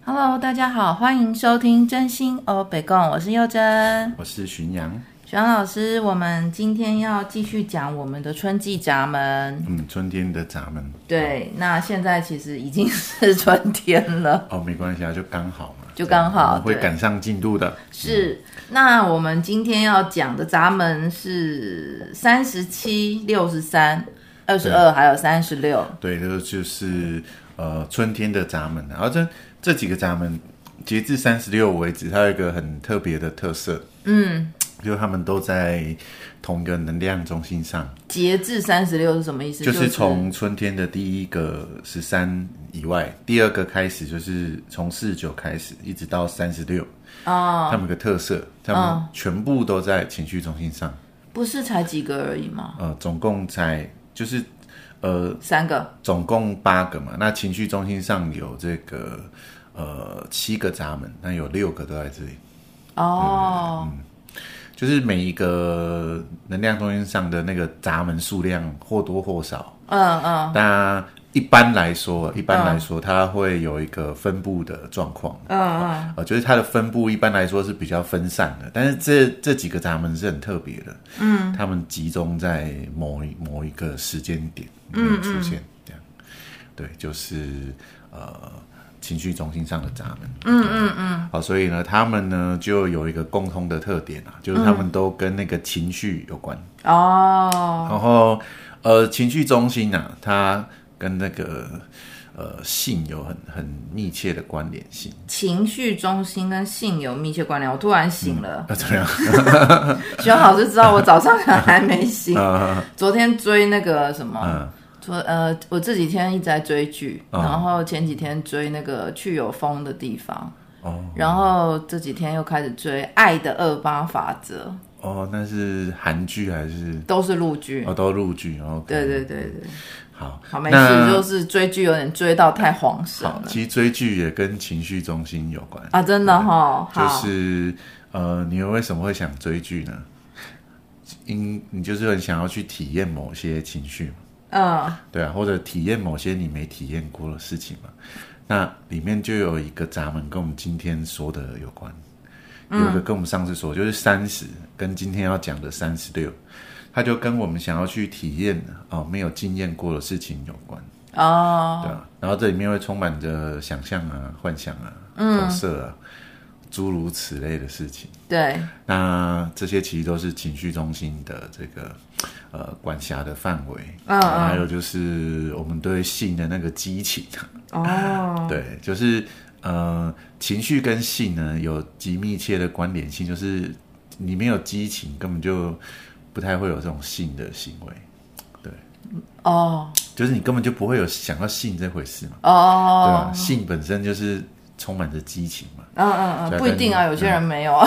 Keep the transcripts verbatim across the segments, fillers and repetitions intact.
Hello， 大家好，欢迎收听真心欧北共，我是佑珍， 我是巡阳。 巡阳老师，我们今天要继续讲我们的春季闸门。 嗯，春天的闸门。 对，那现在其实已经是春天了。 哦，没关系啊，就刚好嘛， 就刚好会赶上进度的。 是，嗯、那我们今天要讲的闸门是三十七、六十三、二十二，还有三十六。对， 这就是呃春天的闸门。然后这这几个闸门，截至三十六为止，它有一个很特别的特色。嗯。就他们都在同一个能量中心上。 截至三十六是什么意思？ 就是从春天的第一个十三以外，第二个开始就是从四十九开始，一直到三十六。哦，他们有个特色，他们全部都在情绪中心上。哦、 不是才几个而已吗？ 呃，总共才就是呃三个，总共八个嘛。那情绪中心上有这个呃七个闸门，那有六个都在这里。哦。嗯，就是每一个能量中心上的那个闸门数量或多或少，嗯嗯，那一般来说，一般来说，它会有一个分布的状况，嗯嗯，呃，就是它的分布一般来说是比较分散的，但是这这几个闸门是很特别的，嗯，它们集中在某一某一个时间点里面出现，嗯嗯这样，对，就是呃。情绪中心上的闸门，嗯嗯嗯，好，所以呢，他们呢就有一个共通的特点啊，就是他们都跟那个情绪有关哦。然后，呃，情绪中心啊，它跟那个呃性有很很密切的关联性。 情绪中心跟性有密切关联，我突然醒了， 嗯、怎么样？ 徐老师知道我早上还没醒，昨天追那个什么。嗯说呃，我这几天一直在追剧，哦、然后前几天追那个去有风的地方，哦，然后这几天又开始追《爱的二八法则》。 哦，那是韩剧还是？ 都是陆剧。 哦，都是陆剧。哦， 对对对对。 好， 好，没事，就是追剧有点追到太晃神了。 其实追剧也跟情绪中心有关啊，真的哈、哦。 就是呃，你为什么会想追剧呢？因你就是很想要去体验某些情绪嘛。嗯，对啊，或者体验某些你没体验过的事情嘛，那里面就有一个闸门跟我们今天说的有关，有一个跟我们上次说，就是三十跟今天要讲的三十六，它就跟我们想要去体验哦没有经验过的事情有关哦，对啊，然后这里面会充满着想象啊、幻想啊、投射啊。诸如此类的事情， 对， 那这些其实都是情绪中心的这个呃管辖的范围，嗯嗯，还有就是我们对性的那个激情，哦，对，就是呃情绪跟性呢有极密切的关联性，就是你没有激情，根本就不太会有这种性的行为，对，哦，就是你根本就不会有想要性这回事嘛，哦，对吧？性本身就是充满着激情嘛。 嗯嗯嗯，不一定啊，有些人没有啊。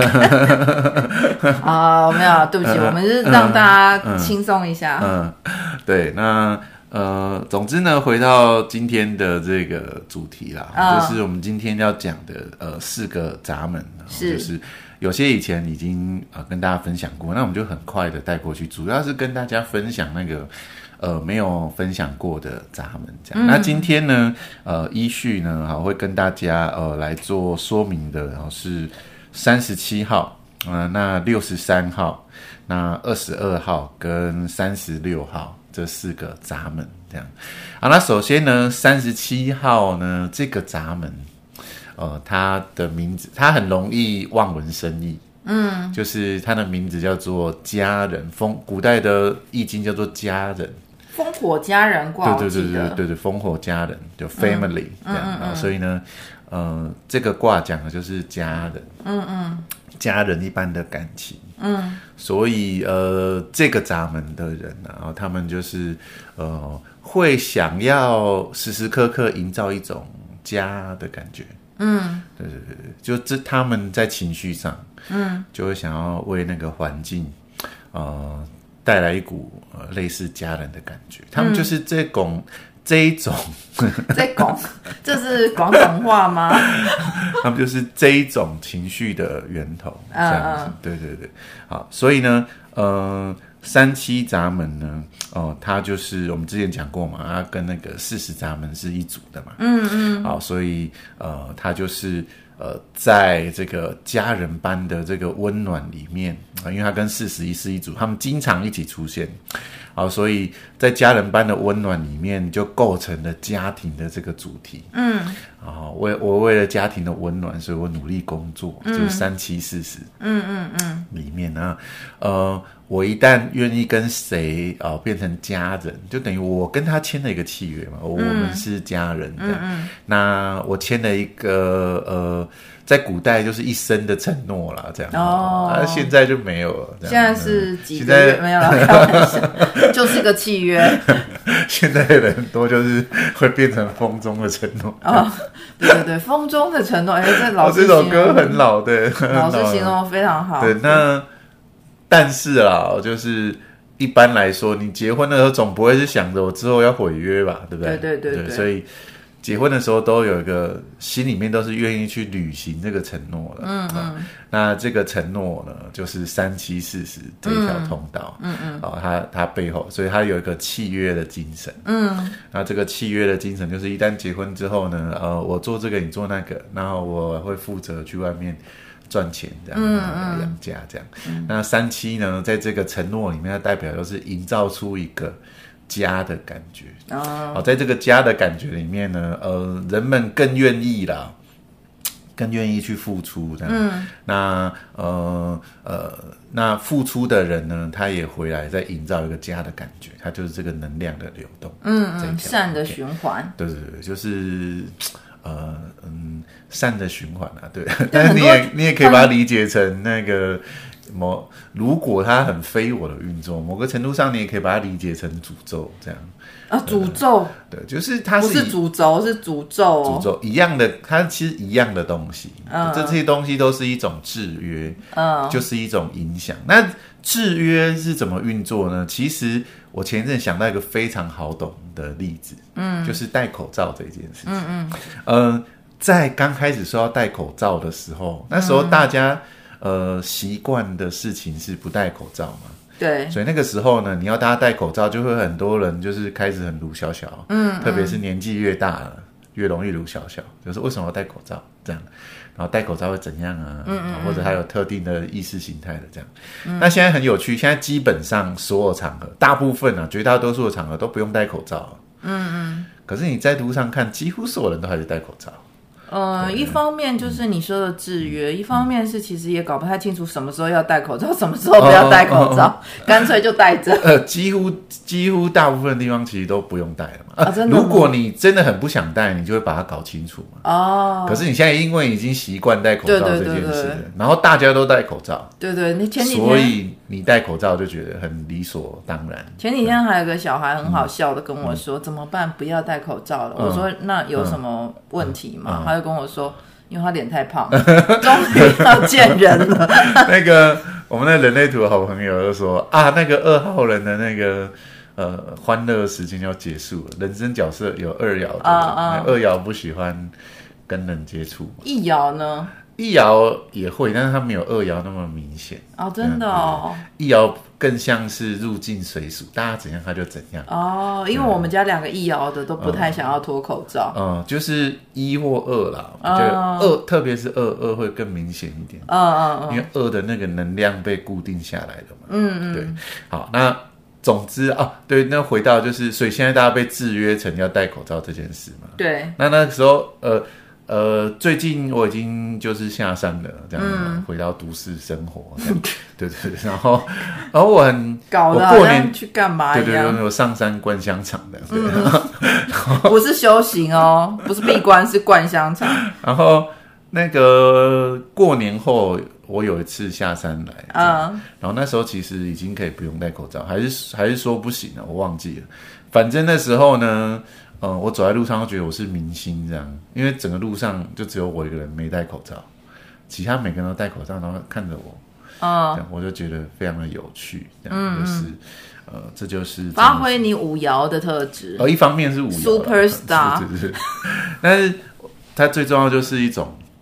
啊，没有，对不起，嗯、我们是让大家轻松一下。 嗯，嗯对，那呃，总之呢，回到今天的这个主题啦，嗯、就是我们今天要讲的呃四个闸门，是就是有些以前已经呃跟大家分享过，那我们就很快的带过去，主要是跟大家分享那个。呃，没有分享过的闸门，这样。嗯、那今天呢，呃，依序呢，好会跟大家呃来做说明的，然后是三十七号，呃，那六十三号，那二十二号跟三十六号这四个闸门，这样。好，那首先呢，三十七号呢这个闸门，呃，它的名字，它很容易望文生义。嗯，就是它的名字叫做家人，烽古代的易经叫做家人。 烽火家人卦， 对对对对对对，烽火家人就 family、嗯、这样、嗯嗯、所以呢，呃，这个卦讲的就是家人，嗯嗯，家人一般的感情，嗯，所以呃，这个闸门的人啊，然后他们就是呃，会想要时时刻刻营造一种家的感觉，嗯，对对对对，就这他们在情绪上，嗯，就会想要为那个环境，呃。带来一股、呃、类似家人的感觉，他们就是这种、嗯、这一种， 这种这是广东话吗？ 他们就是这一种情绪的源头，这样子，嗯嗯对对对，好，所以呢，呃， 三七闸门呢，哦，它就是我们之前讲过嘛，它跟那个四十闸门是一组的嘛， 嗯嗯， 好，所以呃，它就是呃，在这个家人般的这个温暖里面啊，因为它跟四十一是一组，他们经常一起出现，好，所以在家人般的温暖里面，就构成了家庭的这个主题，嗯，啊，为我为了家庭的温暖，所以我努力工作，嗯、就是三七四十，嗯嗯嗯，里面呢，呃。我一旦愿意跟谁啊、呃、变成家人，就等于我跟他签了一个契约嘛，我们是家人这样。嗯嗯、那我签了一个呃，在古代就是一生的承诺啦，这样。哦，啊、现在就没有了。 现在是几个月没有了，开玩笑，就是个契约。 现在的人很多就是会变成风中的承诺。 哦，对对对，风中的承诺，哎，这老师、 哦、这首歌很老的， 老师形容非常好。 对，那。但是啦，就是一般来说，你结婚的时候总不会是想着我之后要毁约吧，对不对？ 对对 对, 对， 所以结婚的时候都有一个心里面都是愿意去履行这个承诺的。嗯嗯、啊。那这个承诺呢，就是三七四十这一条通道。嗯嗯。啊，它它背后，所以它有一个契约的精神。嗯。那这个契约的精神就是一旦结婚之后呢，呃，我做这个，你做那个，然后我会负责去外面赚钱这样，嗯嗯，养家这样。嗯、那三七呢，在这个承诺里面，它代表就是营造出一个家的感觉。哦，哦在这个家的感觉里面呢，呃，人们更愿意啦，更愿意去付出这样。嗯，那呃呃，那付出的人呢，他也回来再营造一个家的感觉，它就是这个能量的流动。嗯嗯， 善的循环。 对对对，就是。呃嗯，善的循环啊，对，但是你也你也可以把它理解成那个某，如果它很非我的运作，某个程度上你也可以把它理解成诅咒这样啊，诅咒， 对，就是它是不是诅咒，是诅咒、哦， 诅咒一样的，它其实一样的东西，嗯、这些东西都是一种制约，嗯，就是一种影响。那制约是怎么运作呢？其实我前一阵想到一个非常好懂的例子，嗯，就是戴口罩这件事情。嗯嗯，呃，在刚开始说要戴口罩的时候，那时候大家、嗯、呃习惯的事情是不戴口罩嘛。 对， 所以那个时候呢，你要大家戴口罩，就会很多人就是开始很鲁小小，嗯，特别是年纪越大了，越容易鲁小小，就是为什么要戴口罩这样。然后戴口罩会怎样啊？嗯嗯嗯或者还有特定的意识形态的这样。嗯、那现在很有趣，现在基本上所有场合，大部分啊，绝大多数的场合都不用戴口罩。嗯嗯。可是你在路上看，几乎所有人都还是戴口罩。 呃，一方面就是你说的制约，嗯、一方面是其实也搞不太清楚什么时候要戴口罩，什么时候不要戴口罩，哦哦哦干脆就戴着。 呃，几乎几乎大部分地方其实都不用戴了嘛。 啊，真的吗？ 如果你真的很不想戴，你就会把它搞清楚嘛。哦。可是你现在因为已经习惯戴口罩这件事了，对对对对然后大家都戴口罩， 对对，你前几天， 所以你戴口罩就觉得很理所当然。 前几天还有个小孩很好笑的跟我说：“嗯、怎么办？不要戴口罩了。嗯”我说：“那有什么问题吗？”嗯、他就跟我说。因为他脸太胖，终于要见人了。 那个我们的人类图的好朋友就说啊，那个二号人的那个呃欢乐时间要结束了，人生角色有二爻的，啊啊、二爻不喜欢跟人接触。 一爻呢？ 一爻也会，但是它没有二爻那么明显。 哦，真的哦。 一爻更像是入境随俗，大家怎样他就怎样。 哦，因为我们家两个一爻的都不太想要脱口罩。 嗯，嗯就是一或二啦，我觉得二，特别是二二会更明显一点。嗯嗯嗯，因为二的那个能量被固定下来了嘛。嗯嗯，对。好，那总之啊，对，那回到就是，所以现在大家被制约成要戴口罩这件事嘛。 对。 那那时候，呃。呃，最近我已经就是下山了，这样、嗯、回到都市生活，这样对对对，然后然后我很搞得好像去干嘛一样， 对对对，我上山灌香肠的，对嗯、不是修行哦，不是闭关，是灌香肠。 然后那个过年后，我有一次下山来，嗯，然后那时候其实已经可以不用戴口罩，还是还是说不行了，我忘记了，反正那时候呢。嗯，我走在路上都觉得我是明星这样，因为整个路上就只有我一个人没戴口罩，其他每个人都戴口罩，然后看着我，哦，这样我就觉得非常的有趣，这样、嗯、就是，呃，这就是发挥你五爻的特质。 呃，一方面是五爻 ，Super Star， 是是是，但是它最重要就是一种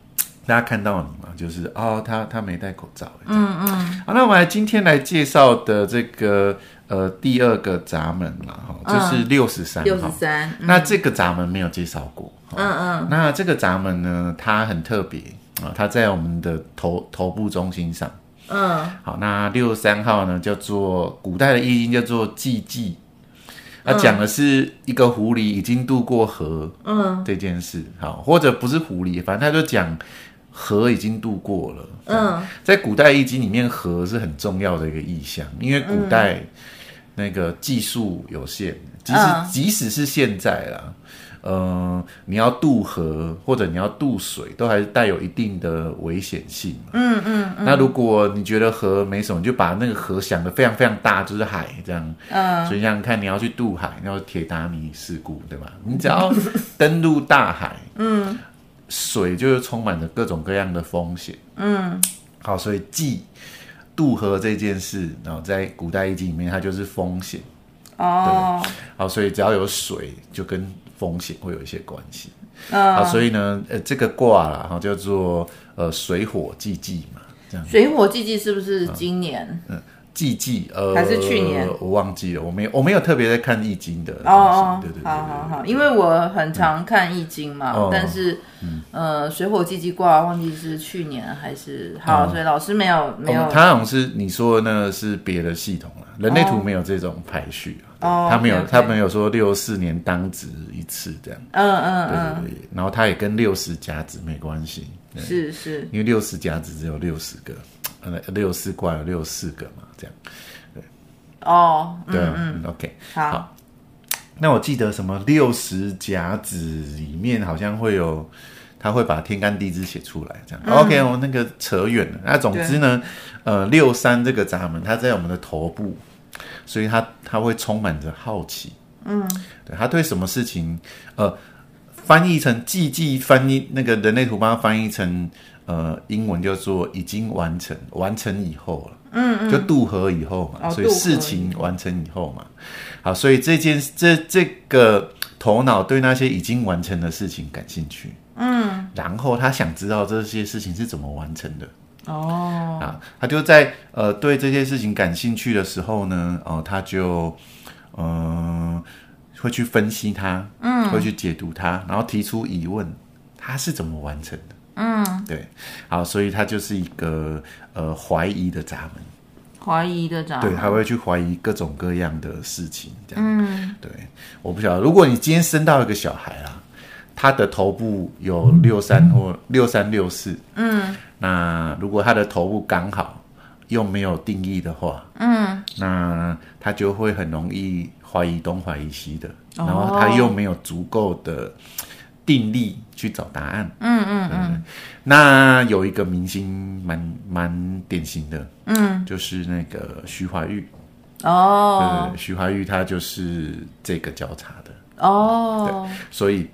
大家看到你嘛，就是哦，他他没戴口罩。嗯嗯。好，那我们来今天来介绍的这个呃第二个闸门嘛，哈，就是六十三。 六十三。 那这个闸门没有介绍过。嗯嗯。那这个闸门呢，它很特别啊，它在我们的头头部中心上。嗯。好，那六十三号呢，叫做古代的易经叫做寂寂。他讲的是一个狐狸已经渡过河，嗯，这件事，好，或者不是狐狸，反正他就讲河已经渡过了。嗯，在古代易经里面，河是很重要的一个意象，因为古代那个技术有限，即使、嗯、即使是现在啦，呃，你要渡河或者你要渡水，都还是带有一定的危险性嘛。嗯嗯嗯。那如果你觉得河没什么，你就把那个河想得非常非常大，就是海这样。嗯。所以想想看，你要去渡海，要铁达尼事故，对吧？你只要登陆大海，嗯，水就充满着各种各样的风险。嗯。好，所以既渡河这件事，然后在古代易经里面，它就是风险。哦。好，所以只要有水，就跟风险会有一些关系。嗯。好，所以呢，呃，这个卦啦，哈，叫做呃水火既济嘛，这样。 水火既济是不是今年？嗯。嗯既济呃还是去年？ 我忘记了，我没有我没有特别在看易经的东西。 哦，对对对，好好好，因为我很常看易经嘛，嗯、但是、嗯、呃水火既济卦忘记是去年还是好、嗯，所以老师没有没有。 他好像是你说的那个是别的系统啦，人类图没有这种排序啊。哦，他没有 okay, okay. 他没有说六四年当值一次这样。嗯嗯嗯。对对对，然后他也跟六十甲子没关系。 是是， 因为六十甲子只有六十个。呃，六四卦有六四个嘛，这样，对， 哦， 对，嗯 ，OK， 好, 好，那我记得什么六十甲子里面好像会有，他会把天干地支写出来，这样、嗯、，OK， 我那个扯远了。那总之呢，呃，六三这个闸门，它在我们的头部，所以它它会充满着好奇，嗯，对，他对什么事情，呃，翻译成寂寂，翻译那个人类图帮它翻译成。呃，英文叫做已经完成，完成以后了，嗯嗯，就渡河以后嘛，哦、所以事情完成以后嘛，好，所以这件这这个头脑对那些已经完成的事情感兴趣，嗯，然后他想知道这些事情是怎么完成的，哦，啊，他就在呃对这些事情感兴趣的时候呢，哦、呃，他就嗯、呃、会去分析它，嗯，会去解读它，然后提出疑问，它是怎么完成的？嗯，对，好，所以它就是一个呃怀疑的闸门， 怀疑的闸门， 对，他会去怀疑各种各样的事情，这样，嗯，对，我不晓得，如果你今天生到一个小孩啦，他的头部有六三或六三六四，嗯，那如果他的头部刚好又没有定义的话，嗯，那他就会很容易怀疑东怀疑西的，哦、然后他又没有足够的。定力去找答案，嗯嗯嗯。那有一个明星蛮蛮典型的，嗯，就是那个徐怀钰，哦，对，徐怀钰他就是这个交叉的，哦，对，所以，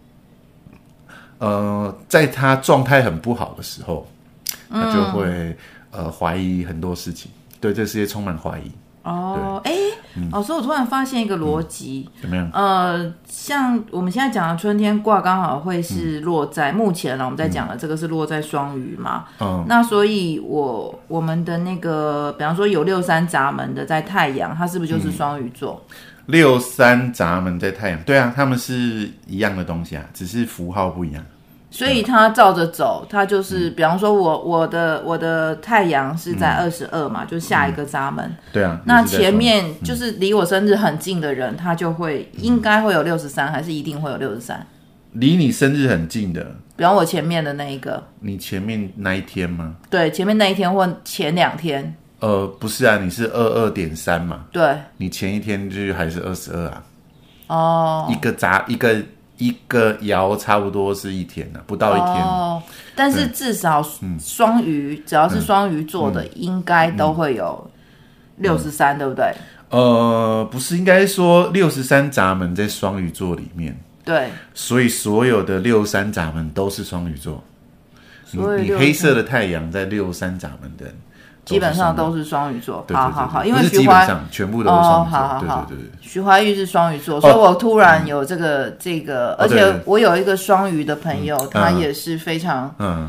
呃，在他状态很不好的时候，他就会、嗯、呃怀疑很多事情，对这世界充满怀疑。 哦，哎，老师，我突然发现一个逻辑、 嗯，怎么样？ 呃，像我们现在讲的春天卦，刚好会是落在、嗯、目前呢，我们在讲的这个是落在双鱼嘛。嗯，那所以我我们的那个，比方说有六三闸门的在太阳，它是不是就是双鱼座？ 嗯、六三闸门在太阳，对啊，他们是一样的东西啊，只是符号不一样。 所以它照着走，它就是，比方说我我的我的太阳是在二十二嘛、嗯，就下一个闸门、嗯。对啊。那前面就是离我生日很近的人，他就会应该会有六十三，还是一定会有六十三？ 离你生日很近的， 比方我前面的那一个。 你前面那一天吗？ 对，前面那一天或前两天。 呃，不是啊，你是二二点三嘛？ 对。 你前一天就还是二十二啊？哦。一个闸一个。一个爻差不多是一天、啊、不到一天、哦、 但是至少双鱼、嗯、只要是双鱼座的、嗯、应该都会有六十三、嗯、对不对？ 呃，不是，应该说六十三闸门在双鱼座里面， 对， 所以所有的六三闸门都是双鱼座，你, 你黑色的太阳在六三闸门的人基本上都是双鱼座， 对对对对， 好好好，因为徐怀全部都是双鱼座， 哦、好好好， 对对对对， 徐怀钰是双鱼座，所以我突然有这个、嗯、这个，而且我有一个双鱼的朋友，嗯、他也是非常嗯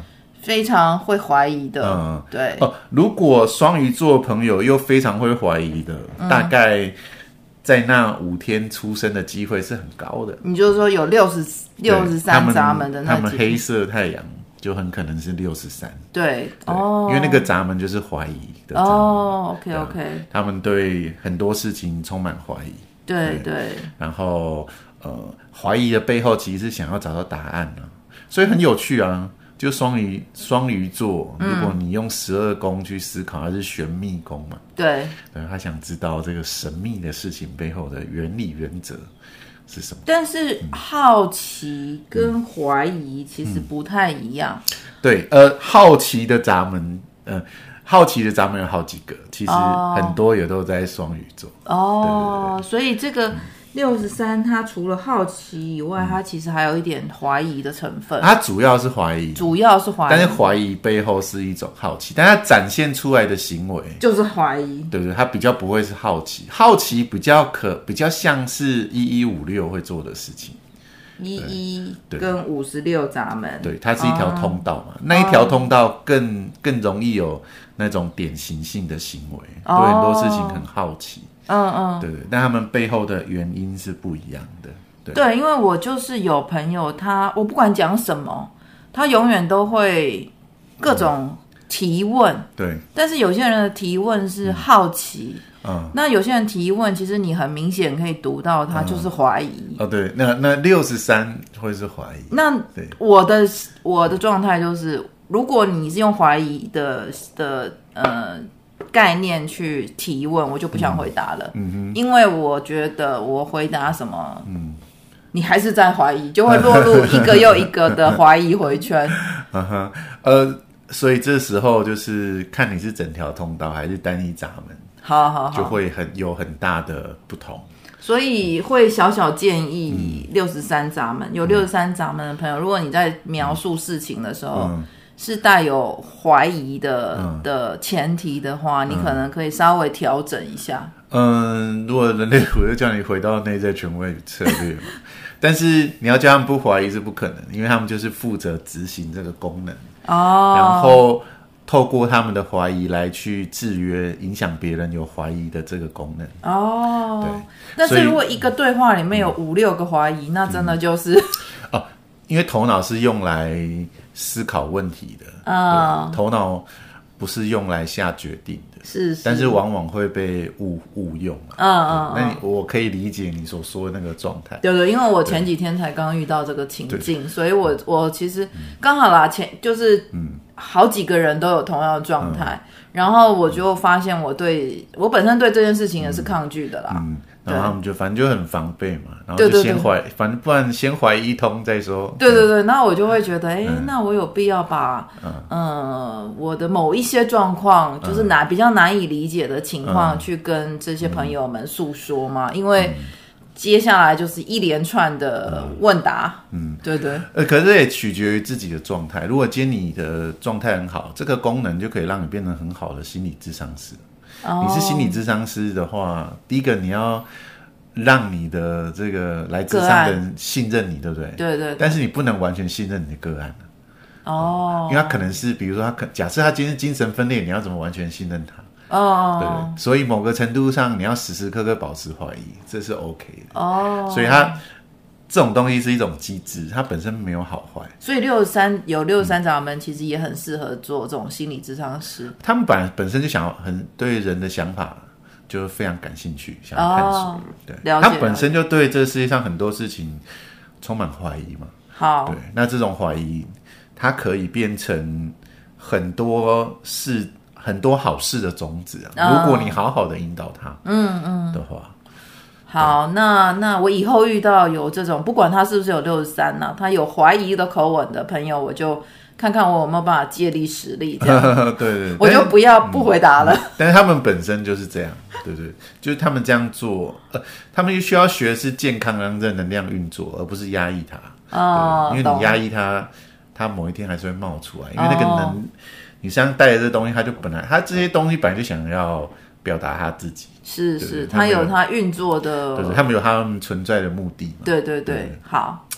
非常会怀疑的。嗯，对。 哦，如果双鱼座朋友又非常会怀疑的，嗯、大概在那五天出生的机会是很高的。 你就是说有六十六十三闸门的那他们黑色太阳就很可能是六十三。 对，哦， 因为那个闸门就是怀疑的闸门。 哦 ，OK OK。 他们对很多事情充满怀疑。 对 对, 对。 然后呃，怀疑的背后其实是想要找到答案啊，所以很有趣啊。就双鱼双鱼座，如果你用十二宫去思考，它是玄秘宫嘛？ 对， 对，他想知道这个神秘的事情背后的原理原则是什么。 但是好奇跟怀疑其实不太一样。嗯、 对，呃，好奇的闸门，呃，好奇的闸门有好几个，其实很多也都在双鱼座。 哦，对对对，所以这个。六十三，它除了好奇以外，嗯、它其实还有一点怀疑的成分。 它主要是怀疑， 主要是怀疑， 但是怀疑背后是一种好奇，但它展现出来的行为就是怀疑。 对对，它比较不会是好奇，好奇比较可比较像是一一五六会做的事情。 一一跟五十六闸门， 对，它是一条通道嘛，哦、那一条通道更更容易有那种典型性的行为，哦、对很多事情很好奇。 嗯嗯， 对对，但他们背后的原因是不一样的。对， 对，因为我就是有朋友他，我不管讲什么，他永远都会各种提问。嗯、 对， 但是有些人的提问是好奇。嗯，那有些人提问，其实你很明显可以读到他就是怀疑。 嗯、哦，对，那那六十三会是怀疑。 那我的我的状态就是，如果你是用怀疑的的呃。概念去提问，我就不想回答了，嗯嗯、因为我觉得我回答什么，嗯、你还是在怀疑，就会落入一个又一个的怀疑回圈。 嗯、呃，所以这时候就是看你是整条通道还是单一闸门， 好好好， 就会很有很大的不同。 所以会小小建议六十三闸门，嗯、有六十三闸门的朋友，如果你在描述事情的时候。嗯是带有怀疑的、嗯、的前提的话，你可能可以稍微调整一下。 嗯，如果人类图就叫你回到内在权威策略嘛，但是你要叫他们不怀疑是不可能，因为他们就是负责执行这个功能哦，然后透过他们的怀疑来去制约影响别人有怀疑的这个功能哦。对， 但是如果一个对话里面有五六个怀疑，嗯、那真的就是、 嗯、哦，因为头脑是用来思考问题的，哦、头脑不是用来下决定的， 是, 是， 但是往往会被误误用嘛。嗯嗯，那你我可以理解你所说的那个状态。 对对，因为我前几天才刚遇到这个情境，所以我我其实刚好啦，前就是好几个人都有同样的状态，嗯、然后我就发现我对我本身对这件事情也是抗拒的啦。嗯然后他们就反正就很防备嘛，然后就先怀，反正不然先怀疑一通再说。 对对对，那我就会觉得，哎、嗯，那我有必要把，嗯、呃，我的某一些状况，就是难、嗯、比较难以理解的情况，嗯、去跟这些朋友们诉说嘛，嗯、因为接下来就是一连串的问答。嗯，对对。 呃，可是也取决于自己的状态。如果今天你的状态很好，这个功能就可以让你变成很好的心理咨商师。你是心理咨商师的话，第一个你要让你的这个来咨商的人信任你，对不对？ 对 对, 对。 但是你不能完全信任你的个案哦，因为他可能是，比如说他可假设他今天精神分裂，你要怎么完全信任他？哦，对对。所以某个程度上，你要时时刻刻保持怀疑，这是 OK 的哦。所以他这种东西是一种机制，它本身没有好坏。 所以六十三有六十三闸门，其实也很适合做这种心理咨商师。 他们本来本身就想要很对人的想法就非常感兴趣，想要探索。哦、对，他本身就对这个世界上很多事情充满怀疑嘛。 好， 对，那这种怀疑，它可以变成很多事、很多好事的种子啊。哦、如果你好好的引导他，嗯嗯的话。 好，那那我以后遇到有这种，不管他是不是有六十三呢，他有怀疑的口吻的朋友，我就看看我有没有办法借力使力，这样对, 对对， 我就不要不回答了。 嗯、但是他们本身就是这样，对对，就是他们这样做，呃，他们需要学的是健康让这能量运作，而不是压抑它。哦，因为你压抑它，它某一天还是会冒出来，因为那个能，哦、你身上带的这东西，它就本来它这些东西本来就想要表达他自己， 是是，他有他运作的， 对对，他们有他们存在的目的嘛。 对对对，对好。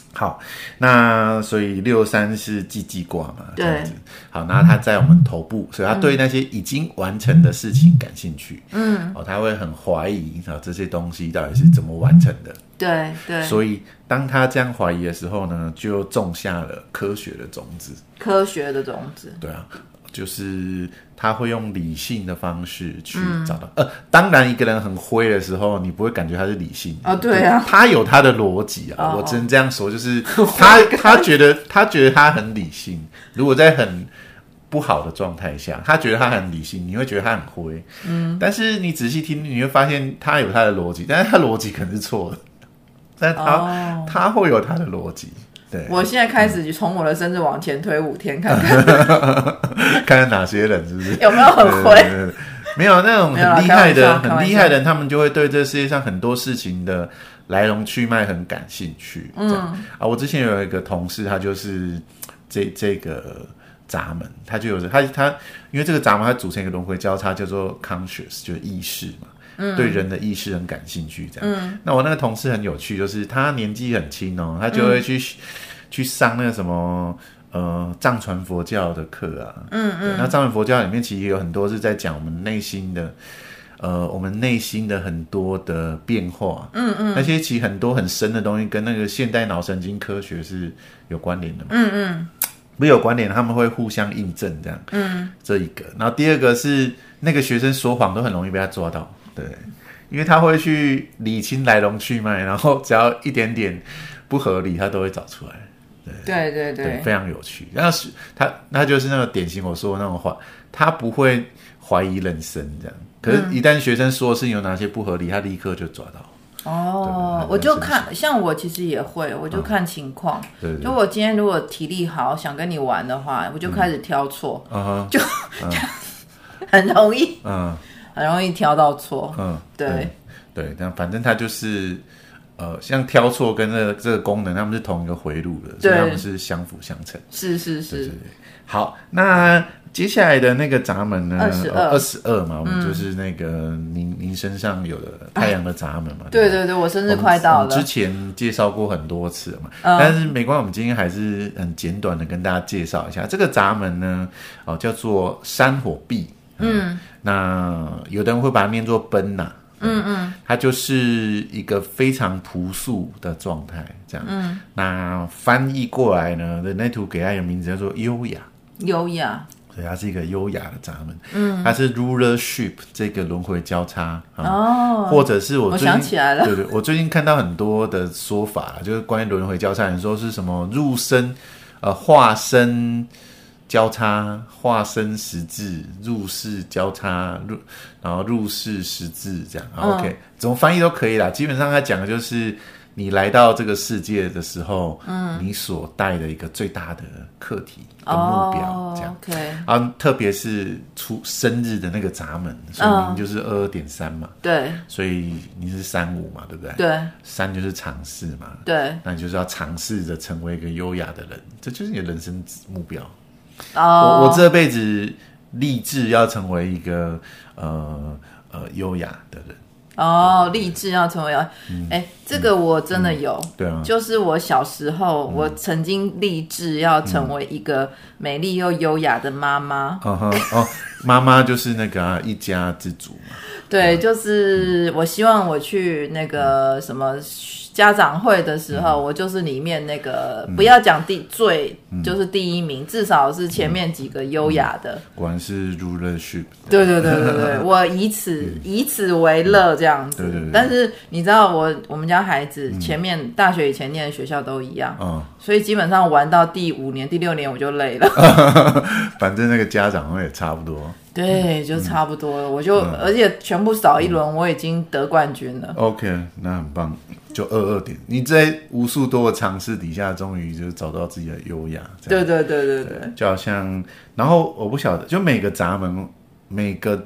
好，那所以六三是季季卦嘛，这样子。好，然后他在我们头部，所以他对那些已经完成的事情感兴趣。嗯，哦，他会很怀疑啊，这些东西到底是怎么完成的。 对对。 所以当他这样怀疑的时候呢，就种下了科学的种子。 科学的种子。 对啊。就是他会用理性的方式去找到，嗯、呃，当然一个人很灰的时候，你不会感觉他是理性哦，对啊， 他有他的逻辑啊，哦、我只能这样说，就是他他觉得他觉得他很理性，如果在很不好的状态下，他觉得他很理性，你会觉得他很灰，嗯，但是你仔细听，你会发现他有他的逻辑，但是他逻辑可能是错的，但他、哦、他会有他的逻辑。对， 我现在开始从我的生日往前推五天，看看看看哪些人是不是有没有很灰？ 对对对，没有那种很厉害的、很厉害的人，他们就会对这世界上很多事情的来龙去脉很感兴趣。嗯啊，我之前有一个同事，他就是这这个闸门，他就有他他，因为这个闸门它组成一个轮回交叉，叫做 conscious， 就是意识嘛。嗯、对人的意识很感兴趣，这样。嗯、那我那个同事很有趣，就是他年纪很轻哦，他就会去、嗯、去上那个什么呃藏传佛教的课啊。嗯嗯。那藏传佛教里面其实有很多是在讲我们内心的呃我们内心的很多的变化。嗯嗯。那些其实很多很深的东西，跟那个现代脑神经科学是有关联的嘛。嗯嗯。不有关联，他们会互相印证这样。嗯。这一个，然后第二个是那个学生说谎都很容易被他抓到。对，因为他会去理清来龙去脉，然后只要一点点不合理，他都会找出来。 对对 对, 对, 对，非常有趣。然后他他就是那个典型我说的那种话，他不会怀疑人生这样。可是，一旦学生说的事情有哪些不合理，他立刻就抓到。 哦，我就看，像我其实也会，我就看情况。嗯、对, 对, 对，就我今天如果体力好，想跟你玩的话，我就开始挑错，嗯、就、嗯、很容易。嗯。很容易挑到错，嗯，对， 对，但反正它就是，呃，像挑错跟这个、这个功能，他们是同一个回路的，所以他们是相辅相成。 是是是，对对对。 好，那接下来的那个闸门呢？二十二，二十二嘛，我们就是那个您您身上有的太阳的闸门嘛。 啊、对对对，我生日快到了， 之前介绍过很多次了嘛，嗯、但是没关系，我们今天还是很简短的跟大家介绍一下这个闸门呢，哦，叫做山火壁。嗯，那有的人会把它念作奔呐、啊，嗯嗯，它就是一个非常朴素的状态，这样。嗯，那翻译过来呢，人类图给它一个名字叫做优雅， 优雅， 所以它是一个优雅的闸门。嗯，它是 rulership 这个轮回交叉、嗯、哦，或者是我最近我想起来了， 对对，我最近看到很多的说法，就是关于轮回交叉，人说是什么入生呃化身。交叉化身十字入世交叉入，然后入世十字这样、嗯、OK 怎么翻译都可以啦，基本上他讲的就是你来到这个世界的时候、嗯、你所带的一个最大的课题跟目标、哦、这样 OK 然后特别是出生日的那个闸门，所以您就是二二点三嘛， 对， 所以你是三五嘛，对不对？ 对， 三就是尝试嘛， 对， 那你就是要尝试着成为一个优雅的人，这就是你的人生目标。 Oh. 我我这辈子立志要成为一个呃呃优雅的人。 哦、oh, ，立志要成为，哎、嗯，这个我真的有、嗯，对啊，就是我小时候，嗯、我曾经立志要成为一个美丽又优雅的妈妈。 嗯哼，哦，妈妈就是那个、啊、一家之主嘛。 对，就是我希望我去那个什么家长会的时候、嗯、我就是里面那个、嗯、不要讲第最、嗯、就是第一名，至少是前面几个优雅的、嗯、 果然是 rulership。 对对对对对，我以此、嗯、以此为乐这样子、嗯、对对对，但是你知道我我们家孩子前面、嗯、大学以前念的学校都一样、嗯、所以基本上玩到第五年第六年我就累了反正那个家长会也差不多， 对，就差不多了、嗯、我就、嗯、而且全部扫一轮、嗯、我已经得冠军了。 OK， 那很棒，就二二点，你在无数多的尝试底下终于就找到自己的优雅。 对对对对对， 就好像，然后我不晓得，就每个闸门每个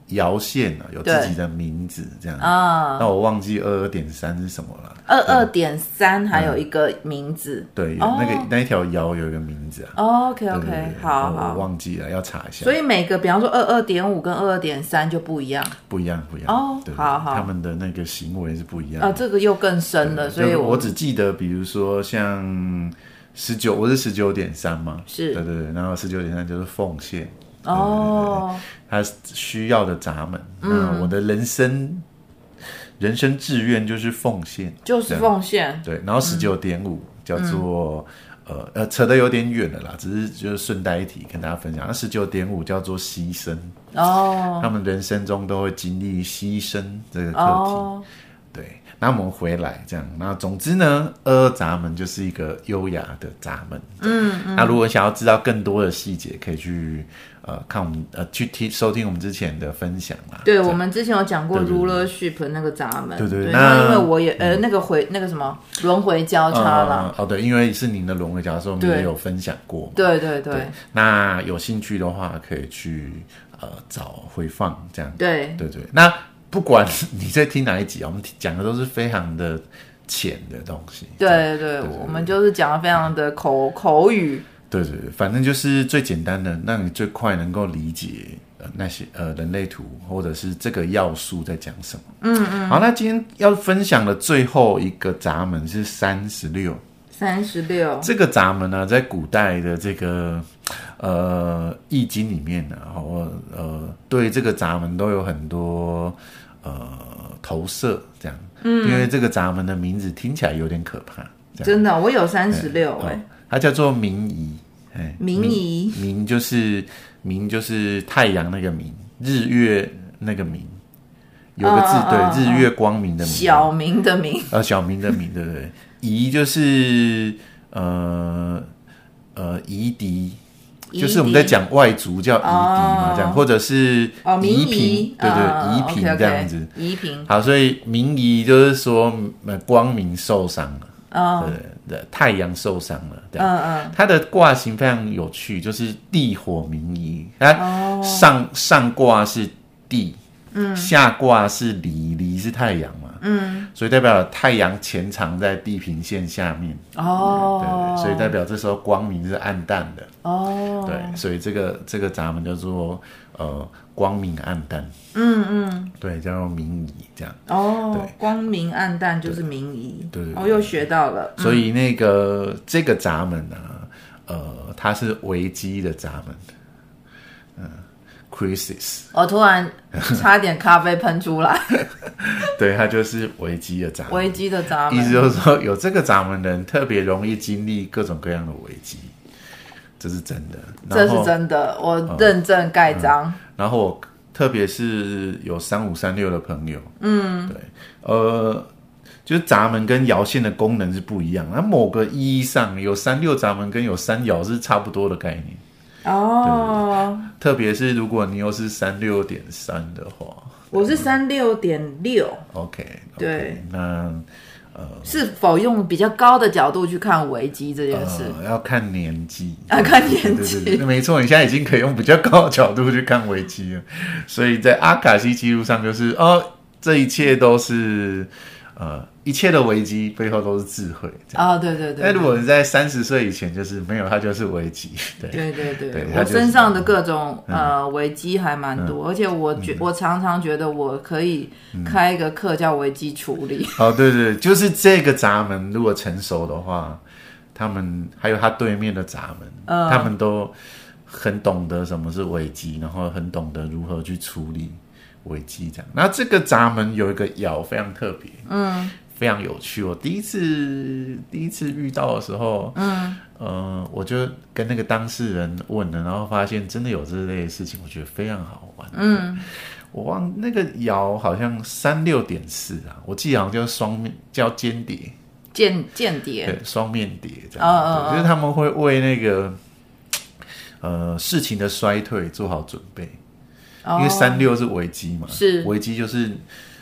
爻线啊有自己的名字这样啊。 那我忘记二二点三是什么了。 二二点三还有一个名字， 嗯、对，有那个、哦、那一条爻有一个名字啊。 哦、OK OK， 好好， 我忘记了，要查一下。 所以每个，比方说二二点五跟二二点三就不一样， 不一样，不一样。 哦， 对好好， 他们的那个行为是不一样的。 啊，这个又更深了，所以我我只记得，比如说像十九，我是十九点三嘛， 是， 对对对，然后十九点三就是奉献。 哦， 他需要的闸门，嗯，我的人生人生志愿就是奉献， 就是奉献， 对。然后十九点五叫做、嗯、呃呃，扯得有点远了啦，只是就是顺带一提跟大家分享。那十九点五叫做牺牲，哦，他们人生中都会经历牺牲这个课题，哦、对。那我们回来这样，那总之呢，二二闸门就是一个优雅的闸门。嗯嗯。那如果想要知道更多的细节，可以去呃看我们呃去听收听我们之前的分享啦。 对，我们之前有讲过 rulership 那个闸门。 对对对。 那因为我也呃那个回那个什么轮回交叉啦、 呃。哦对，因为是您的轮回交叉，我们也有分享过嘛。 对对 对, 对。那有兴趣的话，可以去呃找回放这样。 对对对。那不管你在听哪一集，我们讲的都是非常的浅的东西。 对 对, 对, 对，我们就是讲的非常的口口语。 对对对，反正就是最简单的，让你最快能够理解呃那些呃人类图或者是这个要素在讲什么。嗯嗯。好，那今天要分享的最后一个闸门是三十六。 三十六。这个闸门呢，在古代的这个呃易经里面呢，我呃对这个闸门都有很多呃投射，这样。嗯。因为这个闸门的名字听起来有点可怕。 真的，我有三十六哎。 它叫做明夷。 明夷。 明就是明就是太阳那个明，日月那个明。有个字、哦、对、哦，日月光明的明。 小明的明。 呃，小明的明，对不对？夷就是呃呃夷狄，就是我们在讲外族叫夷狄嘛，这样、哦、或者是夷平、哦，对对，夷平这样子。 夷平。 好，所以明夷就是说光明受伤了。哦，对，太阳受伤了。嗯嗯，它的卦形非常有趣，就是地火明夷。它上、哦、上卦是地。嗯，下卦是离，离是太阳嘛，嗯，所以代表太阳潜藏在地平线下面，哦，对对，所以代表这时候光明是暗淡的，哦，对，所以这个这个闸门叫做呃光明暗淡，嗯嗯，对，叫做明夷这样， 哦，对，光明暗淡就是明夷，对，我、哦、又学到了， 所以那个、嗯、这个闸门呢、啊，呃，它是危机的闸门，嗯。crisis， 我突然差点咖啡喷出来。 对，它就是危机的闸门。 危机的闸门， 意思就是说，有这个闸门的人特别容易经历各种各样的危机，这是真的。 这是真的，我认证盖章、嗯嗯。 然后我特别是有三五三六的朋友，嗯，对，呃，就是闸门跟爻线的功能是不一样。那某个意义上，有三六闸门跟有三爻是差不多的概念。哦，特别是如果你又是三六点三的话， 我是三六点六。 OK， 对， 那呃， 是否用比较高的角度去看危机这件事？ 呃、要看年纪啊，看年纪， 对对对，没错，你现在已经可以用比较高的角度去看危机了。所以在阿卡西记录上，就是哦，这一切都是。呃，一切的危机背后都是智慧。 哦，对对对。 那如果你在三十岁以前，就是没有，它就是危机。对对对 对, 对， 我身上的各种、嗯、呃危机还蛮多、嗯，而且我觉、嗯、我常常觉得我可以开一个课叫危机处理。 哦，对对，就是这个闸门如果成熟的话，他们还有他对面的闸门、嗯，他们都很懂得什么是危机，然后很懂得如何去处理。危机这样，那这个闸门有一个爻非常特别，嗯，非常有趣。我第一次第一次遇到的时候，嗯，呃，我就跟那个当事人问了，然后发现真的有这类的事情，我觉得非常好玩。嗯，我忘那个爻好像三六点四啊，我记得好像叫双面叫间谍， 间间谍， 对，双面谍这样，哦哦哦，就是他们会为那个呃事情的衰退做好准备。因为三六是危机嘛， 是危机就是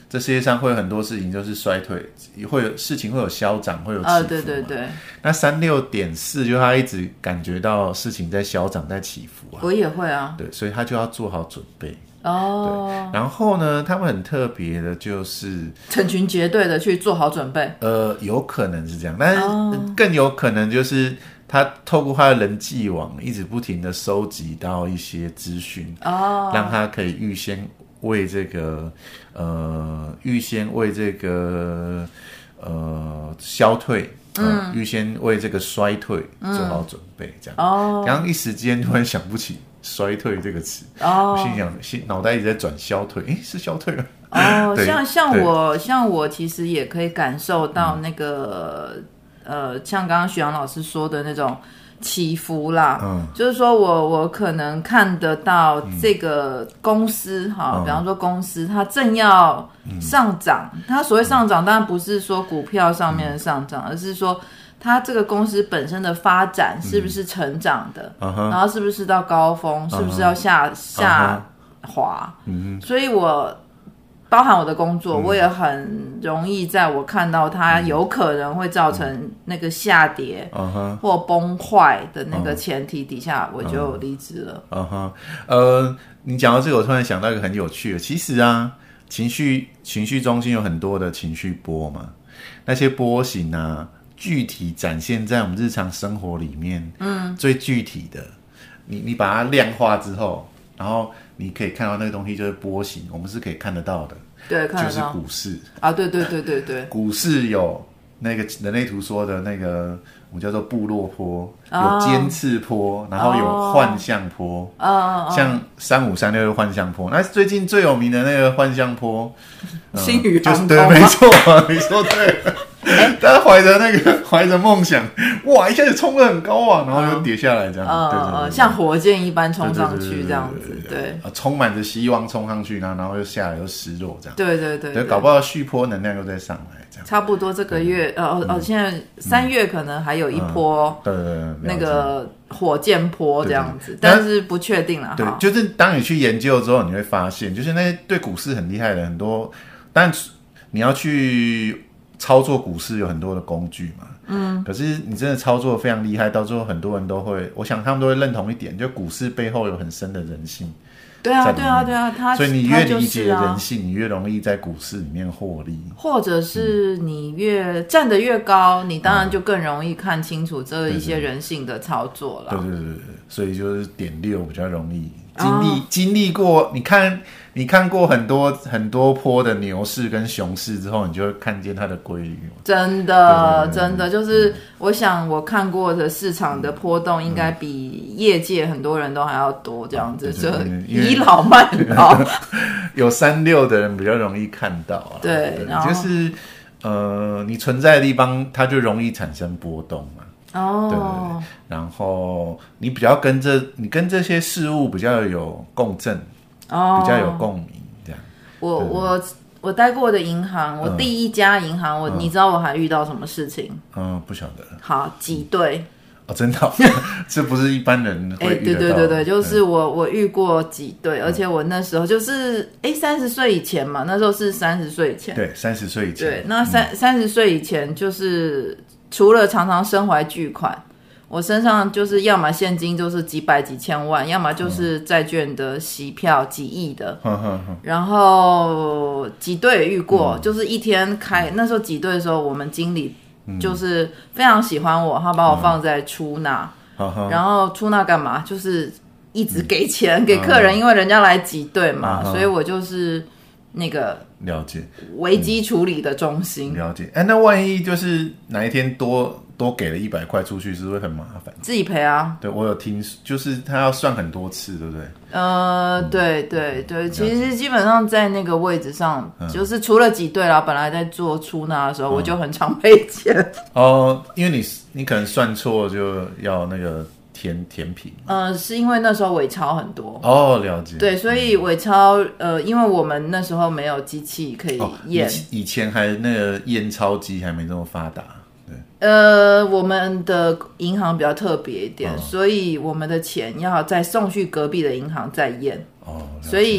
这世界上会有很多事情就是衰退，会有事情会有消长，会有起伏嘛、呃、 对对对。 那三六点四就他一直感觉到事情在消长在起伏啊。 我也会啊。 对，所以他就要做好准备。 哦。 对，然后呢，他们很特别的就是成群结队的去做好准备。 呃，有可能是这样，但是更有可能就是他透过他的人际网一直不停的收集到一些资讯，哦，让他可以预先为这个呃预先为这个呃消退，嗯，预先为这个衰退做好准备，这样。哦，刚刚一时间突然想不起衰退这个词，哦，我心想，心脑袋一直在转消退，诶，是消退吗？ 哦，像像我像我其实也可以感受到那个、嗯、呃，像刚刚许阳老师说的那种起伏啦，嗯，就是说我我可能看得到这个公司哈、嗯，比方说公司它正要上涨，嗯、它所谓上涨当然不是说股票上面的上涨，嗯、而是说它这个公司本身的发展是不是成长的，嗯、然后是不是到高峰，嗯、是不是要下、嗯、下滑，嗯，所以我。包含我的工作、嗯、我也很容易在我看到它有可能会造成那个下跌、嗯、或崩坏的那个前提底下、嗯、我就离职了。 嗯哼，呃，你讲到这个我突然想到一个很有趣的，其实啊情绪情绪中心有很多的情绪波嘛，那些波形啊具体展现在我们日常生活里面，嗯，最具体的你你把它量化之后，然后你可以看到那个东西就是波形，我们是可以看得到的， 对，看得到， 就是股市啊，对对对对对， 股市有那个人类图说的那个我们叫做部落坡，有尖刺坡，然后有幻象坡，哦、像三五三六的幻象坡，那最近最有名的那个幻象坡， 嗯、星宇航空， 就是对，没错，你说对了。他怀着那个怀着梦想，哇，一下子冲得很高啊，然后又跌下来这样，嗯、对, 对, 对, 对， 像火箭一般冲上去这样子，对， 充满着希望冲上去，然后然后又下来又失落这样， 对对 对, 对， 搞不好续波能量又再上来这样， 差不多这个月，呃哦、嗯、现在三月可能还有一波，对对对，那个火箭波这样子，但是不确定啦， 对，就是当你去研究之后，你会发现，就是那些对股市很厉害的很多，但你要去。操作股市有很多的工具嘛，嗯，可是你真的操作非常厉害，到最后很多人都会，我想他们都会认同一点，就股市背后有很深的人性。 对啊，对啊，对啊，他所以你越理解人性，啊、你越容易在股市里面获利， 或者是你越、嗯、站得越高，你当然就更容易看清楚这一些人性的操作了。 对对对对，所以就是点六比较容易经历、哦、经历过，你看。你看过很多很多波的牛市跟熊市之后，你就会看见它的规律。 真的，真的就是，我想我看过的市场的波动，应该比业界很多人都还要多，这样子，就倚老卖老。 有三六的人比较容易看到啊。 对，然后就是呃，你存在的地方，它就容易产生波动嘛。 哦， 对对对。然后你比较跟这，你跟这些事物比较有共振。哦，比较有共鸣，这样。 我我我待过的银行，我第一家银行，嗯、我你知道我还遇到什么事情？ 嗯，不晓得。 好，挤兑。 哦，真的、哦，这不是一般人会遇得到。哎、欸， 对对对对，就是我我遇过挤兑，而且我那时候就是哎三十岁以前嘛，那时候是三十岁以前。 对，三十岁以前。 对，那三三十岁以前就是除了常常身怀巨款。我身上就是要么现金就是几百几千万，要么就是债券的息票几亿的，嗯、然后挤兑也遇过、嗯，就是一天开那时候挤兑的时候，我们经理就是非常喜欢我，他把我放在出纳、嗯，然后出纳干嘛？就是一直给钱、嗯、给客人，因为人家来挤兑嘛、嗯，所以我就是那个了解危机处理的中心。 了解，哎，那万一就是哪一天多。多给了一百块出去，是不是很麻烦？ 自己赔啊！ 对，我有听，就是他要算很多次，对不对？ 呃，嗯、对对对，其实基本上在那个位置上，嗯、就是除了挤兑啦，本来在做出纳的时候，嗯、我就很常赔钱。 哦，因为你你可能算错，就要那个填填平。 呃，是因为那时候伪钞很多。 哦，了解。 对，所以伪钞，呃，因为我们那时候没有机器可以验、哦， 以前还那个验钞机还没这么发达。 呃，我们的银行比较特别一点、哦，所以我们的钱要再送去隔壁的银行再验。哦，所以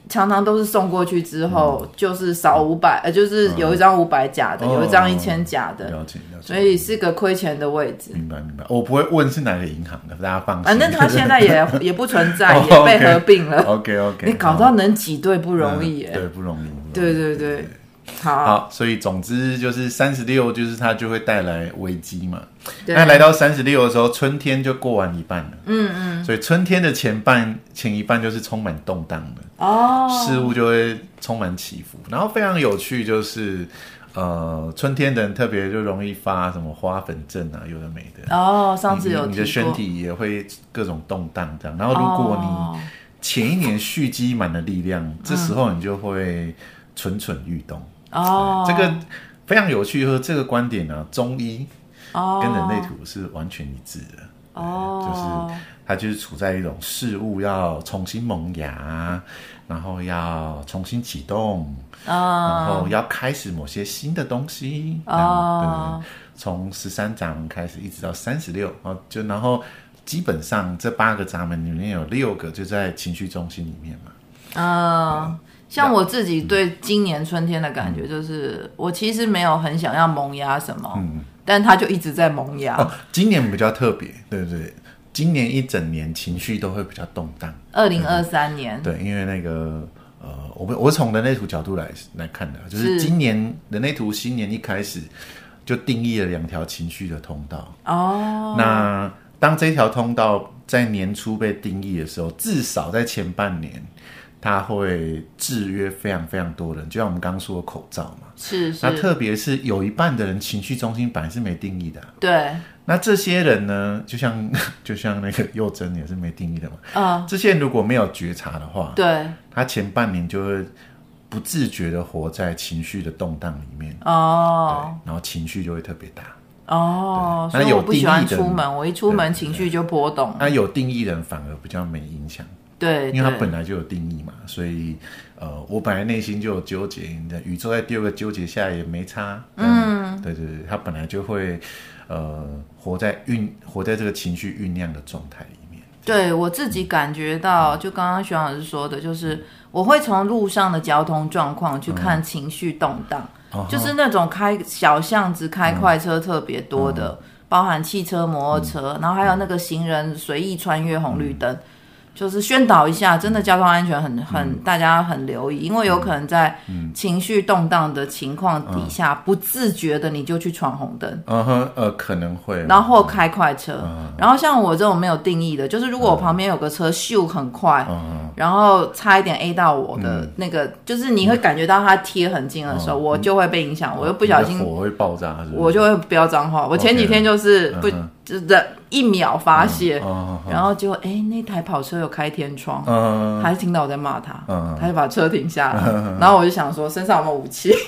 常常都是送过去之后，嗯、就是少五百，呃，就是有一张五百假的，嗯、有一张一千假的， 了解了解， 所以是个亏钱的位置。 明白明白，我不会问是哪个银行的，大家放心。 反正它现在也也不存在，也被合并了。 OK OK， 你搞到能挤兑不容易耶， 嗯、对，不容易。 对对对。对好, 好，所以总之就是三十六，就是它就会带来危机嘛。那来到三十六的时候，春天就过完一半了。嗯嗯，所以春天的前半前一半就是充满动荡的哦，事物就会充满起伏。然后非常有趣，就是呃，春天的人特别就容易发什么花粉症啊，有的没的。 哦，上次有提过， 你的身体也会各种动荡这样。然后如果你前一年蓄积满了力量，这时候你就会蠢蠢欲动。哦，这个非常有趣，和这个观点呢，中医跟人类图是完全一致的。哦，就是它就是处在一种事物要重新萌芽，然后要重新启动，哦、然后要开始某些新的东西。哦，从十三闸门开始，一直到三十六，就然后基本上这八个闸门里面有六个就在情绪中心里面嘛。嗯。 像我自己对今年春天的感觉就是，嗯、我其实没有很想要萌芽什么，嗯、但它就一直在萌芽。 哦，今年比较特别，对不对？今年一整年情绪都会比较动荡。 二零二三年， 对，因为那个呃，我我从人类图角度来来看的，就是今年人类图新年一开始就定义了两条情绪的通道。哦，那当这条通道在年初被定义的时候，至少在前半年。它会制约非常非常多人，就像我们刚刚说的口罩嘛， 是是。 那特别是有一半的人情绪中心本来是没定义的、啊， 对。 那这些人呢，就像就像那个幼珍也是没定义的嘛，啊、uh, ，这些人如果没有觉察的话， 对， 他前半年就会不自觉的活在情绪的动荡里面， 哦， 对，然后情绪就会特别大。 哦，所以我不喜欢出门，我一出门情绪就波动。 那有定义的人反而比较没影响。 对， 因为它本来就有定义嘛，所以呃，我本来内心就有纠结，宇宙再丢个纠结下来也没差。嗯，对对对，它本来就会呃活在酝活在这个情绪酝酿的状态里面。 对我自己感觉到，就刚刚徐老师说的，就是我会从路上的交通状况去看情绪动荡，嗯、就是那种开小巷子开快车特别多的，嗯、包含汽车、摩托车，嗯、然后还有那个行人随意穿越红绿灯。嗯就是宣导一下，真的交通安全很很、嗯、大家很留意，因为有可能在情绪动荡的情况底下，嗯、不自觉的你就去闯红灯， 嗯哼，呃，可能会， 然后开快车，嗯、然后像我这种没有定义的，就是如果我旁边有个车咻很快，嗯、然后差一点 A 到我的那个，嗯、就是你会感觉到它贴很近的时候，嗯、我就会被影响，嗯、我又不小心火会爆炸是不是， 我就会飙脏话。我前几天就是不。嗯就是一秒发泄，嗯哦哦、然后结果哎，那台跑车有开天窗，嗯、他就听到我在骂他，嗯、他就把车停下来，嗯、然后我就想说身上有没有武器？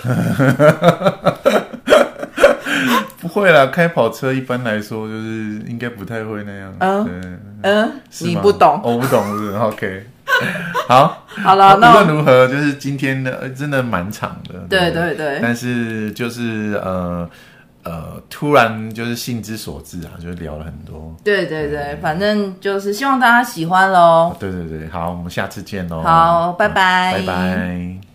不会啦，开跑车一般来说就是应该不太会那样。嗯嗯，你不懂， 我不懂是 OK。好， 好了，那无论如何，就是今天的真的蛮长的， 对对 对, 对， 但是就是呃。呃，突然就是兴之所至啊，就聊了很多。 对对对，嗯、反正就是希望大家喜欢咯。 对对对，好，我们下次见咯。 好，拜拜， 拜拜。